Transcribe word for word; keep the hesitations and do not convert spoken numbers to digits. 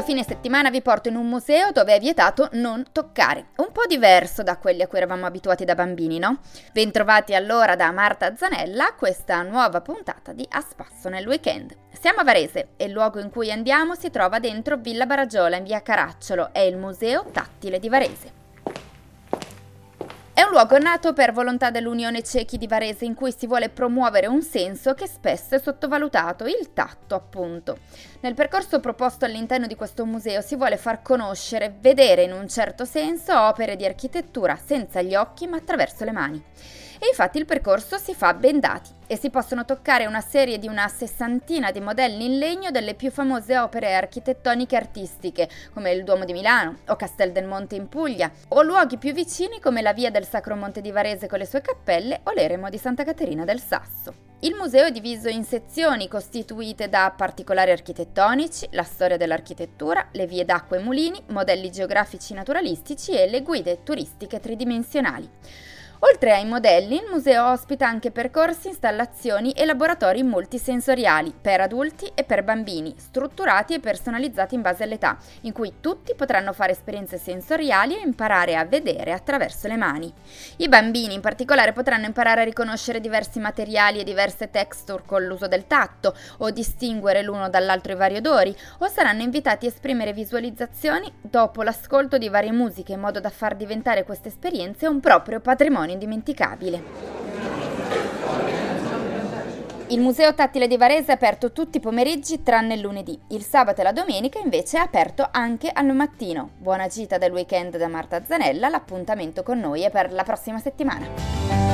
fine settimana vi porto in un museo dove è vietato non toccare, un po' diverso da quelli a cui eravamo abituati da bambini, no? Bentrovati allora da Marta Zanella a questa nuova puntata di A Spasso nel Weekend. Siamo a Varese e il luogo in cui andiamo si trova dentro Villa Baragiola in via Caracciolo, è il Museo Tattile di Varese. È un luogo nato per volontà dell'Unione Ciechi di Varese in cui si vuole promuovere un senso che spesso è sottovalutato, il tatto appunto. Nel percorso proposto all'interno di questo museo si vuole far conoscere, vedere in un certo senso opere di architettura senza gli occhi ma attraverso le mani. E infatti il percorso si fa a bendati e si possono toccare una serie di una sessantina di modelli in legno delle più famose opere architettoniche e artistiche, come il Duomo di Milano o Castel del Monte in Puglia, o luoghi più vicini come la Via del Sacro Monte di Varese con le sue cappelle o l'eremo di Santa Caterina del Sasso. Il museo è diviso in sezioni costituite da particolari architettonici, la storia dell'architettura, le vie d'acqua e mulini, modelli geografici naturalistici e le guide turistiche tridimensionali. Oltre ai modelli, il museo ospita anche percorsi, installazioni e laboratori multisensoriali per adulti e per bambini, strutturati e personalizzati in base all'età, in cui tutti potranno fare esperienze sensoriali e imparare a vedere attraverso le mani. I bambini in particolare potranno imparare a riconoscere diversi materiali e diverse texture con l'uso del tatto, o distinguere l'uno dall'altro i vari odori, o saranno invitati a esprimere visualizzazioni dopo l'ascolto di varie musiche in modo da far diventare queste esperienze un proprio patrimonio indimenticabile. Il Museo Tattile di Varese è aperto tutti i pomeriggi tranne il lunedì. Il sabato e la domenica invece è aperto anche al mattino. Buona gita del weekend da Marta Zanella, l'appuntamento con noi è per la prossima settimana.